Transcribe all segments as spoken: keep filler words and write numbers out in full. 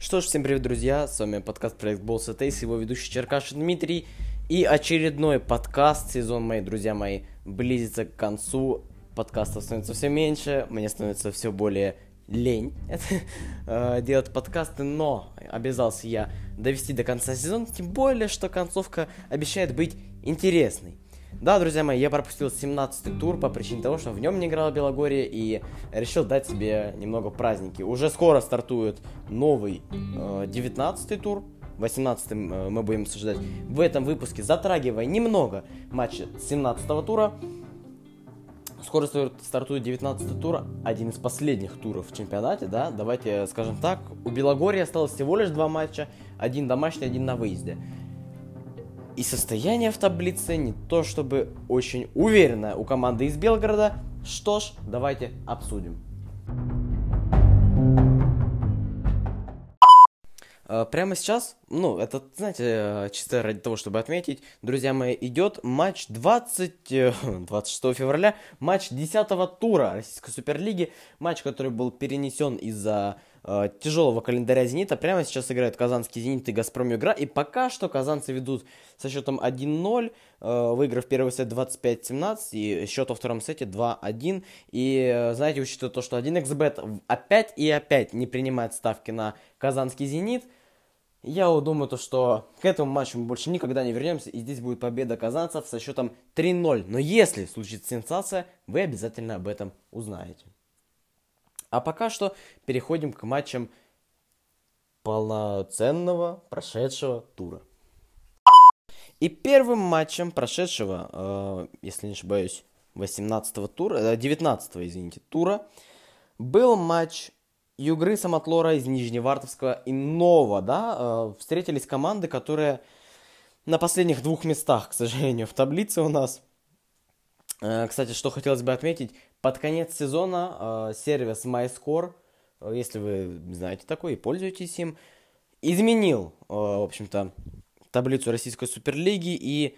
Что ж, всем привет, друзья, с вами подкаст Проект Balls and Ace, его ведущий Черкаш Дмитрий. И очередной подкаст, сезон, мои друзья мои, близится к концу. Подкастов становится все меньше, мне становится все более лень это, делать подкасты, но обязался я довести до конца сезона, тем более, что концовка обещает быть интересной. Да, друзья мои, я пропустил семнадцатый тур по причине того, что в нем не играла Белогорье, и решил дать себе немного праздники. Уже скоро стартует новый э, девятнадцатый тур, восемнадцатый э, мы будем обсуждать в этом выпуске, затрагивая немного матча семнадцатого тура. Скоро стартует девятнадцатый тур, один из последних туров в чемпионате, да, давайте скажем так, у Белогорья осталось всего лишь два матча, один домашний, один на выезде. И состояние в таблице не то чтобы очень уверенное у команды из Белгорода. Что ж, давайте обсудим. Прямо сейчас, ну, это, знаете, чисто ради того, чтобы отметить, друзья мои, идет матч двадцать, двадцать шестого февраля, матч десятого тура Российской Суперлиги, матч, который был перенесен из-за э, тяжелого календаря «Зенита». Прямо сейчас играют казанский «Зенит» и «Газпром Югра», и пока что казанцы ведут со счетом один ноль, э, выиграв первый сет двадцать пять семнадцать, и счет во втором сете два один, и, э, знаете, учитывая то, что один икс бет опять и опять не принимает ставки на казанский «Зенит», я думаю, то, что к этому матчу мы больше никогда не вернемся, и здесь будет победа казанцев со счетом три ноль. Но если случится сенсация, вы обязательно об этом узнаете. А пока что переходим к матчам полноценного прошедшего тура. И первым матчем прошедшего, э, если не ошибаюсь, восемнадцатого тура, э, девятнадцатого, извините, тура, был матч Югры Самотлора из Нижневартовского и Нова, да, э, встретились команды, которые на последних двух местах, к сожалению, в таблице у нас. Э, кстати, что хотелось бы отметить, под конец сезона э, сервис MyScore, э, если вы знаете такой и пользуетесь им, изменил, э, в общем-то, таблицу Российской Суперлиги, и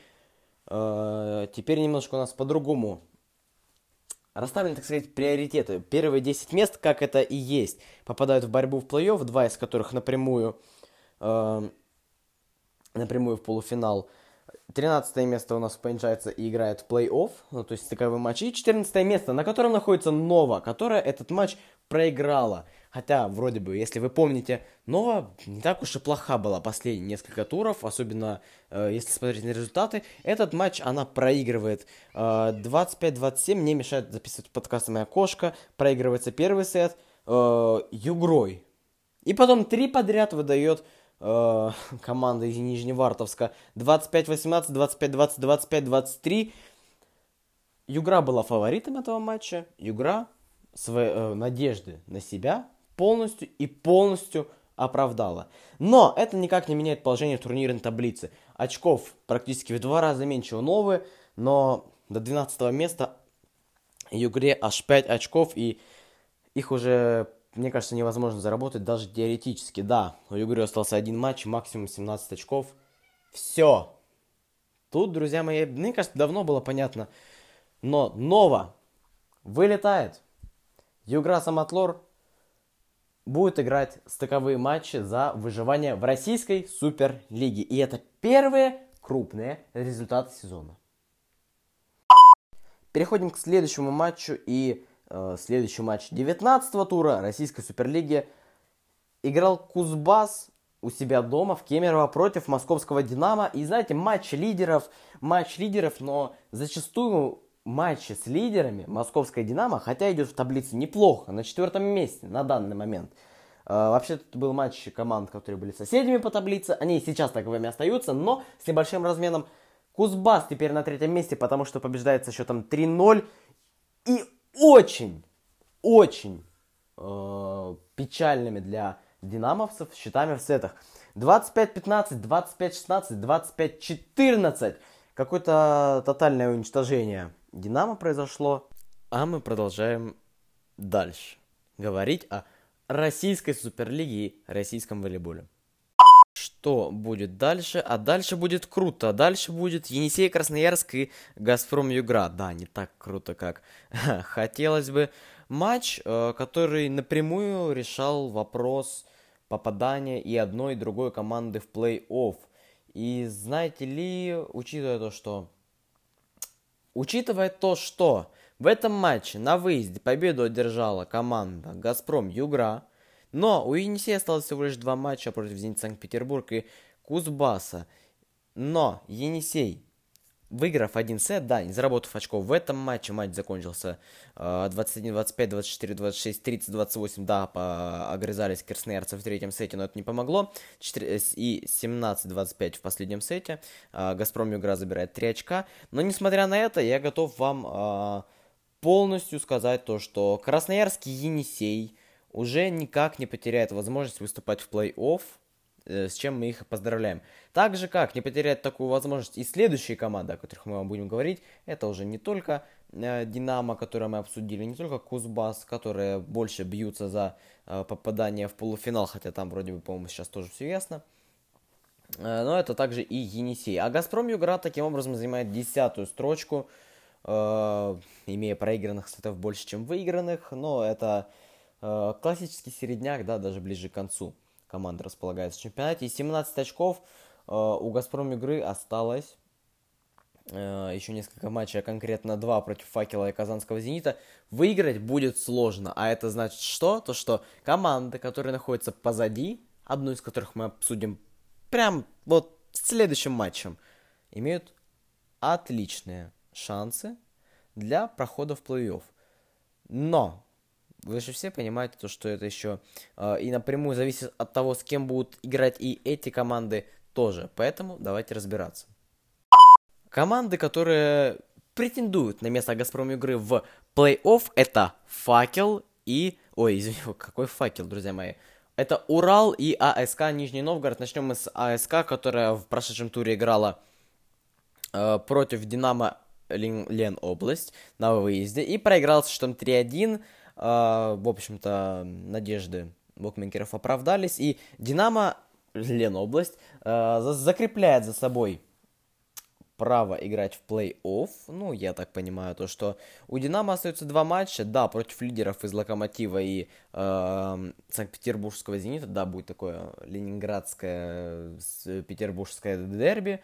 э, теперь немножко у нас по-другому расставлены, так сказать, приоритеты. Первые десять мест, как это и есть, попадают в борьбу в плей-офф, два из которых напрямую, э, напрямую в полуфинал. тринадцатое место у нас поменьшается и играет в плей-офф, ну, то есть стыковые матчи. И четырнадцатое место, на котором находится Нова, которая этот матч проиграла. Хотя, вроде бы, если вы помните, Нова не так уж и плоха была последние несколько туров, особенно э, если смотреть на результаты. Этот матч она проигрывает э, двадцать пять двадцать семь, мне мешает записывать подкасты моя кошка. Проигрывается первый сет э, Югрой. И потом три подряд выдает э, команда из Нижневартовска. двадцать пять восемнадцать, двадцать пять двадцать, двадцать пять двадцать три. Югра была фаворитом этого матча. Югра свои э, надежды на себя полностью и полностью оправдала. Но это никак не меняет положение в турнирной таблице. Очков практически в два раза меньше у Новы, но до двенадцатого места Югре аж пять очков, и их уже, мне кажется, невозможно заработать даже теоретически. Да, у Югры остался один матч, максимум семнадцать очков. Все. Тут, друзья мои, мне кажется, давно было понятно. Но Нова вылетает. Югра Самотлор будет играть стыковые матчи за выживание в Российской Суперлиге. И это первые крупные результаты сезона. Переходим к следующему матчу. И э, следующий матч девятнадцатого тура Российской Суперлиги играл Кузбасс у себя дома в Кемерово против московского Динамо. И знаете, матч лидеров, матч лидеров, но зачастую матчи с лидерами московская Динамо, хотя идет в таблице неплохо, на четвертом месте на данный момент. Uh, вообще, это был матч команд, которые были соседями по таблице. Они и сейчас таковыми остаются, но с небольшим разменом. Кузбасс теперь на третьем месте, потому что побеждает со счетом три ноль. И очень, очень uh, печальными для динамовцев счетами в сетах. двадцать пять пятнадцать, двадцать пять шестнадцать, двадцать пять четырнадцать. Какое-то тотальное уничтожение Динамо произошло. А мы продолжаем дальше говорить о Российской Суперлиге и российском волейболе. Что будет дальше? А дальше будет круто. Дальше будет Енисей Красноярск и Газпром Югра. Да, не так круто, как хотелось бы. Матч, который напрямую решал вопрос попадания и одной, и другой команды в плей-офф. И знаете ли, учитывая то, что... Учитывая то, что в этом матче на выезде победу одержала команда «Газпром Югра», но у Енисея осталось всего лишь два матча против «Зенит Санкт-Петербург» и «Кузбасса». Но Енисей, выиграв один сет, да, не заработав очков в этом матче, матч закончился э, двадцать один двадцать пять, двадцать четыре двадцать шесть, тридцать двадцать восемь, да, по... огрызались красноярцы в третьем сете, но это не помогло, четыре... и семнадцать двадцать пять в последнем сете, э, «Газпром Югра» забирает три очка, но несмотря на это, я готов вам э, полностью сказать то, что красноярский Енисей уже никак не потеряет возможность выступать в плей-офф, с чем мы их поздравляем. Так же, как не потерять такую возможность и следующие команды, о которых мы вам будем говорить, это уже не только э, Динамо, которое мы обсудили, не только Кузбасс, которые больше бьются за э, попадание в полуфинал, хотя там вроде бы, по-моему, сейчас тоже все ясно. Э, но это также и Енисей. А Газпром Югра таким образом занимает десятую строчку, э, имея проигранных сетов больше, чем выигранных, но это э, классический середняк, да, даже ближе к концу. Команда располагается в чемпионате. И семнадцать очков э, у «Газпром Югры» осталось. Э, еще несколько матчей, а конкретно два против «Факела» и «Казанского Зенита». Выиграть будет сложно. А это значит что? То, что команды, которые находятся позади, одну из которых мы обсудим прям вот следующим матчем, имеют отличные шансы для прохода в плей-офф. Но... Вы же все понимаете, то, что это еще э, и напрямую зависит от того, с кем будут играть и эти команды тоже. Поэтому давайте разбираться. Команды, которые претендуют на место «Газпром Югры» в плей-офф, это «Факел» и... Ой, извините, какой «Факел», друзья мои? Это «Урал» и АСК Нижний Новгород. Начнем мы с АСК, которая в прошедшем туре играла э, против «Динамо» Ленобласть на выезде и проиграл с счетом три один. Uh, в общем-то, надежды букмекеров оправдались, и «Динамо» Ленобласть uh, за- закрепляет за собой право играть в плей-офф. Ну, я так понимаю, то, что у «Динамо» остается два матча, да, против лидеров из «Локомотива» и uh, Санкт-Петербургского «Зенита», да, будет такое ленинградское с петербургское дерби.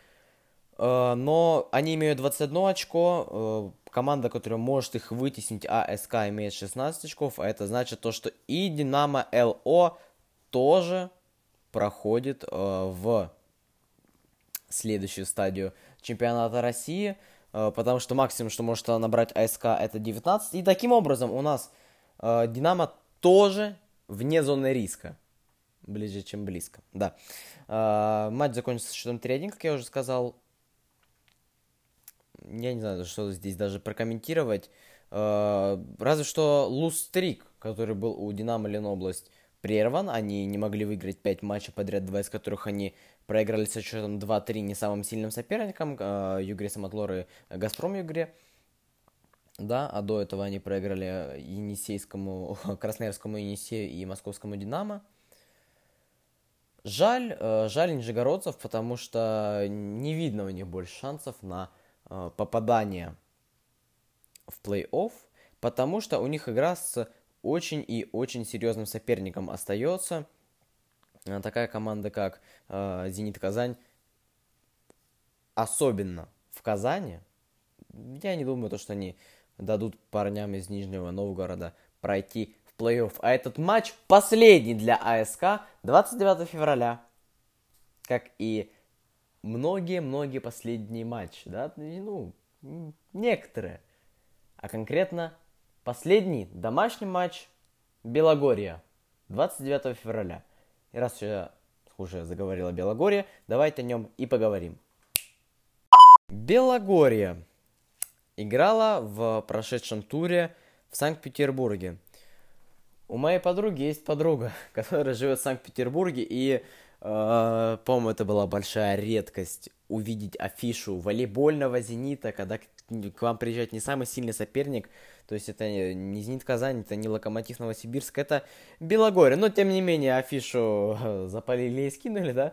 Uh, но они имеют двадцать одно очко, uh, команда, которая может их вытеснить, АСК, имеет шестнадцать очков, а это значит то, что и Динамо ЛО тоже проходит uh, в следующую стадию чемпионата России, uh, потому что максимум, что может набрать АСК, это девятнадцать, и таким образом у нас uh, Динамо тоже вне зоны риска. Ближе, чем близко, да. Uh, матч закончился с счетом три один, как я уже сказал. Я не знаю, что здесь даже прокомментировать. Uh, разве что луз-стрик, который был у «Динамо» Ленобласть, прерван. Они не могли выиграть пять матчей подряд, два из которых они проиграли со счетом два три не самым сильным соперникам, uh, Югре Самотлор и «Газпром Югре». Да, а до этого они проиграли Енисейскому, Красноярскому Енисею и Московскому «Динамо». Жаль, uh, жаль нижегородцев, потому что не видно у них больше шансов на попадание в плей-офф, потому что у них игра с очень и очень серьезным соперником остается. Такая команда, как э, «Зенит Казань», особенно в Казани, я не думаю, то, что они дадут парням из Нижнего Новгорода пройти в плей-офф. А этот матч последний для АСК двадцать девятого февраля, как и многие-многие последние матчи, да, ну, некоторые. А конкретно последний домашний матч Белогорья двадцать девятого февраля. И раз я уже заговорил о Белогорье, давайте о нем и поговорим. Белогорье играла в прошедшем туре в Санкт-Петербурге. У моей подруги есть подруга, которая живет в Санкт-Петербурге, и Uh, по-моему, это была большая редкость увидеть афишу волейбольного «Зенита», когда к, к вам приезжает не самый сильный соперник, то есть это не «Зенит Казань», это не «Локомотив Новосибирск», это Белогорье, но тем не менее афишу запалили и скинули, да,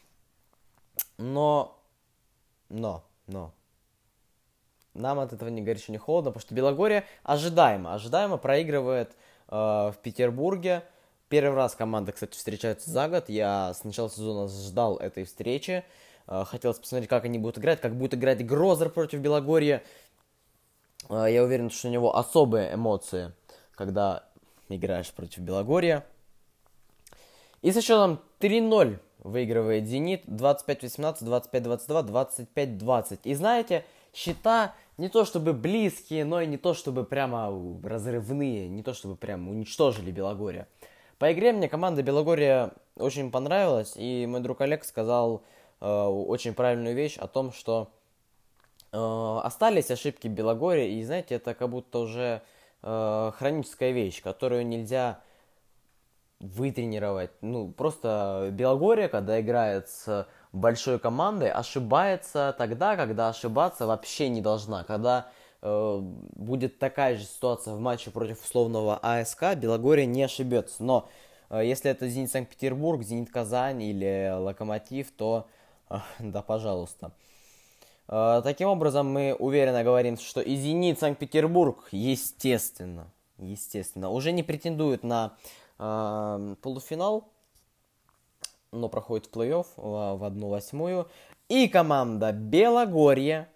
но, но, но, нам от этого ни горячо, ни холодно, потому что Белогорье ожидаемо, ожидаемо проигрывает uh, в Петербурге. Первый раз команды, кстати, встречаются за год. Я с начала сезона ждал этой встречи. Хотелось посмотреть, как они будут играть, как будет играть Грозер против Белогорья. Я уверен, что у него особые эмоции, когда играешь против Белогорья. И со счетом три ноль выигрывает «Зенит». двадцать пять восемнадцать, двадцать пять двадцать два, двадцать пять двадцать. И знаете, счета не то чтобы близкие, но и не то чтобы прямо разрывные, не то чтобы прямо уничтожили Белогорье. По игре мне команда Белогорья очень понравилась, и мой друг Олег сказал э, очень правильную вещь о том, что э, остались ошибки Белогорья, и знаете, это как будто уже э, хроническая вещь, которую нельзя вытренировать. Ну, просто Белогорье, когда играет с большой командой, ошибается тогда, когда ошибаться вообще не должна. Когда э, будет такая же ситуация в матче против условного АСК, Белогорье не ошибется. Но э, если это Зенит Санкт-Петербург, Зенит Казань или Локомотив, то э, да, пожалуйста. Э, таким образом, мы уверенно говорим, что и Зенит Санкт-Петербург, естественно, естественно, уже не претендует на э, полуфинал, но проходит в плей-офф в одну восьмую. И команда Белогорье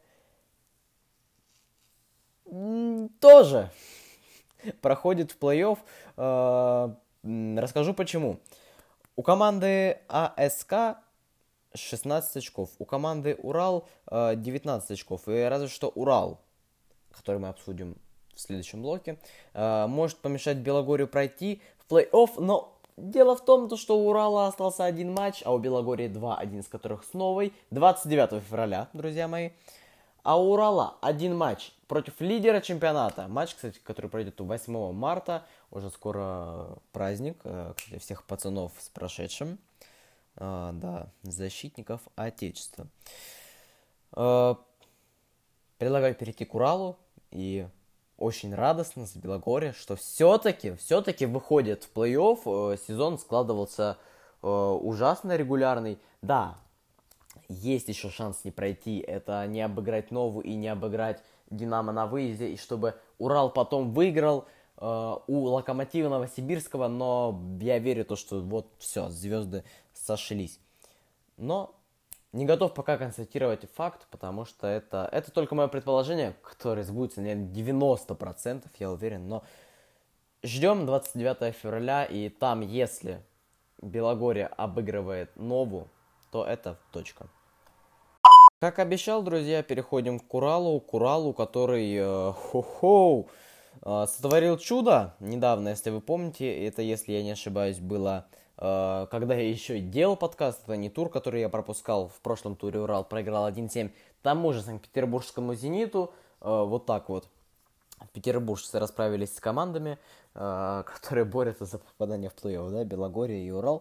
тоже проходит в плей-офф. Расскажу почему. У команды АСК шестнадцать очков, у команды Урал девятнадцать очков. И разве что Урал, который мы обсудим в следующем блоке, может помешать Белогорью пройти в плей-офф, но дело в том, что у Урала остался один матч, а у Белогорья два, один из которых с новой, двадцать девятого февраля, друзья мои. А у Урала один матч против лидера чемпионата. Матч, кстати, который пройдет восьмого марта. Уже скоро праздник. Кстати, всех пацанов с прошедшим. А, да, защитников Отечества. А, предлагаю перейти к Уралу. И очень радостно за Белогорье, что все-таки, все-таки выходит в плей-офф. Сезон складывался э, ужасно регулярный. Да, есть еще шанс не пройти. Это не обыграть Нову и не обыграть Динамо на выезде. И чтобы Урал потом выиграл э, у Локомотива Новосибирского. Но я верю в то, что вот все, звезды сошлись. Но не готов пока констатировать факт, потому что это, это только мое предположение, которое сбудется, наверное, девяносто процентов, я уверен. Но ждем двадцать девятого февраля, и там, если Белогорье обыгрывает Нову, то это точка. Как обещал, друзья, переходим к Уралу. К Уралу, который э, хо-хоу, э, сотворил чудо недавно, если вы помните. Это, если я не ошибаюсь, было... Когда я еще делал подкаст, это не тур, который я пропускал. В прошлом туре Урал проиграл один семь тому же Санкт-Петербургскому «Зениту». Вот так вот. Петербуржцы расправились с командами, которые борются за попадание в плей-офф, да, Белогорье и Урал.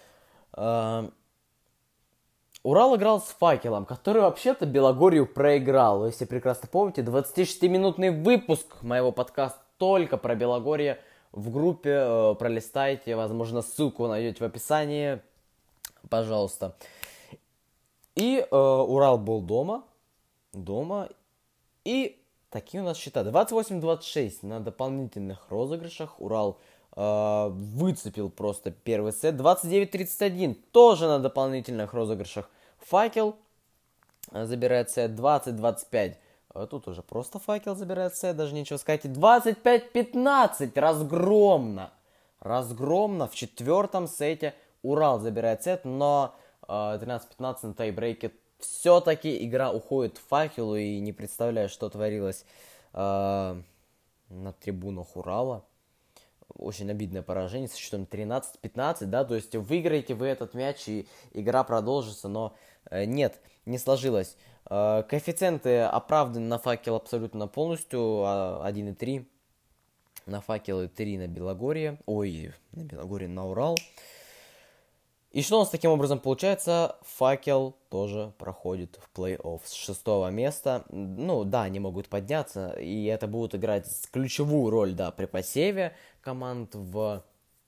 Урал играл с Факелом, который вообще-то Белогорью проиграл. Если прекрасно помните, двадцатишестиминутный выпуск моего подкаста только про Белогорье. В группе э, пролистайте, возможно, ссылку найдете в описании, пожалуйста. И э, Урал был дома, дома, и такие у нас счета. двадцать восемь двадцать шесть на дополнительных розыгрышах. Урал э, выцепил просто первый сет. двадцать девять тридцать один тоже на дополнительных розыгрышах. Факел забирает сет. двадцать двадцать пять. Тут уже просто Факел забирает сет, даже нечего сказать. двадцать пять пятнадцать, разгромно. Разгромно в четвертом сете Урал забирает сет, но э, тринадцать пятнадцать на тайбрейке все-таки игра уходит в Факелу. И не представляю, что творилось э, на трибунах Урала. Очень обидное поражение со счетом тринадцать пятнадцать, да, то есть выиграете вы этот мяч и игра продолжится, но э, нет, не сложилось. Э, коэффициенты оправданы на Факел абсолютно полностью, один и три на Факел и три на Белогорье, ой, на Белогорье, на Урал. И что у нас таким образом получается? Факел тоже проходит в плей-офф с шестого места. Ну да, они могут подняться, и это будут играть ключевую роль, да, при посеве команд в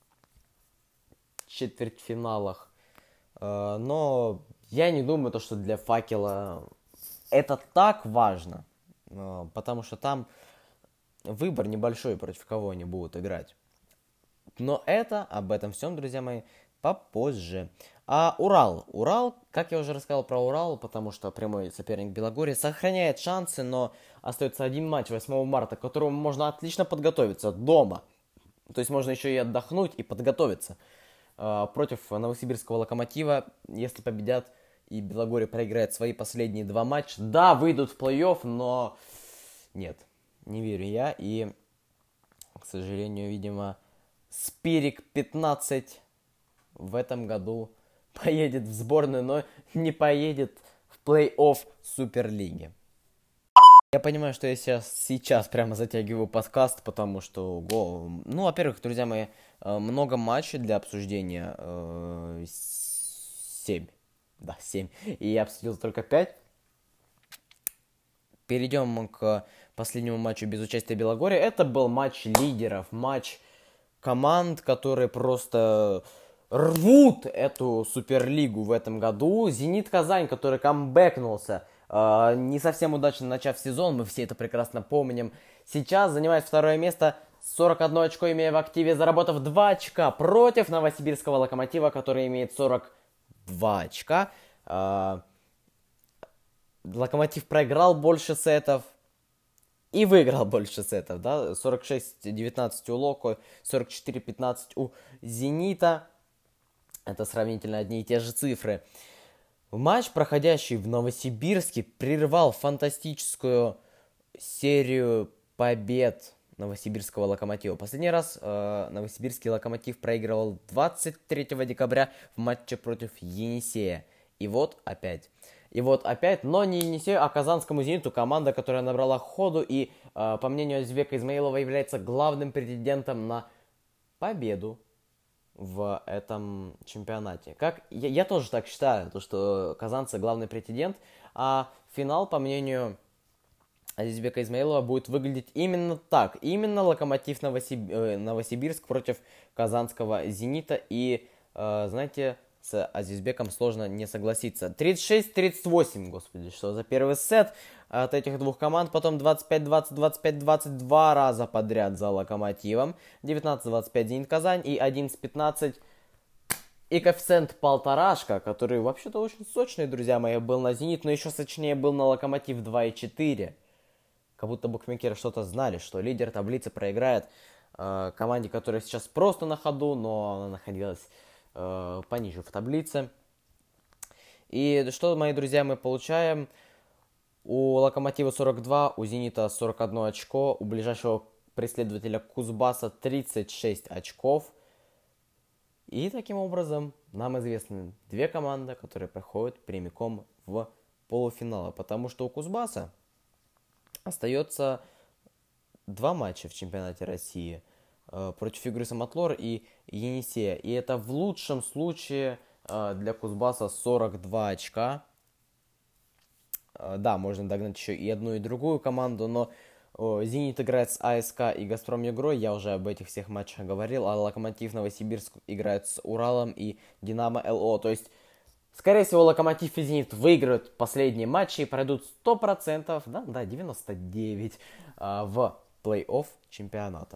четвертьфиналах. Но я не думаю, то, что для Факела это так важно, потому что там выбор небольшой, против кого они будут играть. Но это, об этом всем, друзья мои, попозже. А Урал. Урал, как я уже рассказал про Урал, потому что прямой соперник Белогорья, сохраняет шансы, но остается один матч восьмого марта, к которому можно отлично подготовиться дома. То есть можно еще и отдохнуть, и подготовиться. Э, против Новосибирского Локомотива, если победят и Белогорье проиграет свои последние два матча, да, выйдут в плей-офф, но нет, не верю я. И, к сожалению, видимо, Спирик пятнадцать в этом году поедет в сборную, но не поедет в плей-офф Суперлиги. Я понимаю, что я сейчас, сейчас прямо затягиваю подкаст, потому что, го, ну, во-первых, друзья мои, много матчей для обсуждения. Семь. Да, семь. И я обсудил только пять. Перейдем к последнему матчу без участия Белогорья. Это был матч лидеров, матч команд, которые просто рвут эту Суперлигу в этом году. Зенит Казань, который камбэкнулся, э, не совсем удачно начав сезон, мы все это прекрасно помним. Сейчас занимает второе место, сорок одно очко имея в активе, заработав два очка против Новосибирского Локомотива, который имеет сорок два очка. Э, Локомотив проиграл больше сетов и выиграл больше сетов, да, сорок шесть девятнадцать у Локо, сорок четыре пятнадцать у Зенита. Это сравнительно одни и те же цифры. Матч, проходящий в Новосибирске, прервал фантастическую серию побед Новосибирского Локомотива. Последний раз э, Новосибирский Локомотив проигрывал двадцать третьего декабря в матче против Енисея. И вот опять. И вот опять, но не Енисею, а Казанскому Зениту, команда, которая набрала ходу и, э, по мнению Азизбека Измаилова, является главным претендентом на победу в этом чемпионате. Как я, я тоже так считаю, то, что казанцы главный претендент, а финал, по мнению Азизбека Измаилова, будет выглядеть именно так. Именно Локомотив Новосиб... э, Новосибирск против Казанского Зенита. И, э, знаете, с Азизбеком сложно не согласиться. тридцать шесть тридцать восемь, господи, что за первый сет от этих двух команд. Потом двадцать пять двадцать, двадцать пять двадцать два раза подряд за Локомотивом. девятнадцать двадцать пять Зенит Казань и одиннадцать пятнадцать. И коэффициент полторашка, который вообще-то очень сочный, друзья мои, был на Зенит, но еще сочнее был на Локомотив два и четыре. Как будто букмекеры что-то знали, что лидер таблицы проиграет э, команде, которая сейчас просто на ходу, но она находилась э, пониже в таблице. И что, мои друзья, мы получаем? У Локомотива сорок два, у Зенита сорок одно очко, у ближайшего преследователя Кузбасса тридцать шесть очков. И таким образом нам известны две команды, которые проходят прямиком в полуфиналы. Потому что у Кузбасса остается два матча в чемпионате России э, против Югры Самотлор и Енисея. И это в лучшем случае э, для Кузбасса сорок два очка. Э, да, можно догнать еще и одну, и другую команду, но э, Зенит играет с АСК и Газпром Югрой, я уже об этих всех матчах говорил, а Локомотив Новосибирск играет с Уралом и Динамо ЛО. То есть, скорее всего, Локомотив и Зенит выиграют последние матчи и пройдут сто процентов, да, да, девяносто девять процентов э, в плей-офф чемпионата.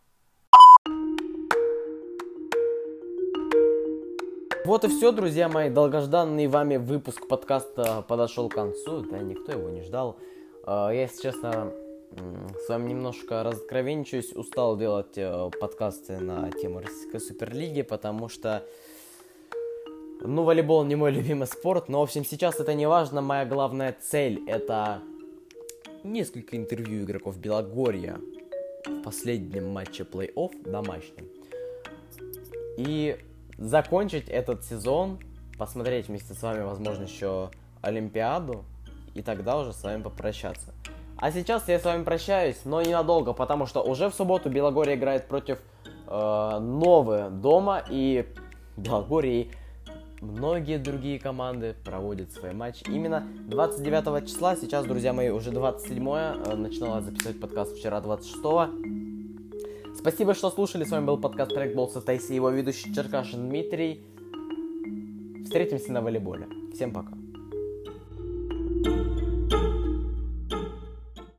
Вот и все, друзья мои, долгожданный вами выпуск подкаста подошел к концу, да, никто его не ждал. Э, я, если честно, с вами немножко разоткровенничаюсь, устал делать э, подкасты на тему Российской Суперлиги, потому что ну, волейбол не мой любимый спорт, но, в общем, сейчас это не важно. Моя главная цель — это несколько интервью игроков Белогорья в последнем матче плей-офф домашнем. И закончить этот сезон, посмотреть вместе с вами, возможно, еще Олимпиаду, и тогда уже с вами попрощаться. А сейчас я с вами прощаюсь, но ненадолго, потому что уже в субботу Белогорье играет против э, Новы дома, и Белогорье и многие другие команды проводят свои матчи именно двадцать девятого числа. Сейчас, друзья мои, уже двадцать седьмое. Начинала записывать подкаст вчера, двадцать шестого. Спасибо, что слушали. С вами был подкаст Трекбол со Стейси и его ведущий Черкашин Дмитрий. Встретимся на волейболе. Всем пока.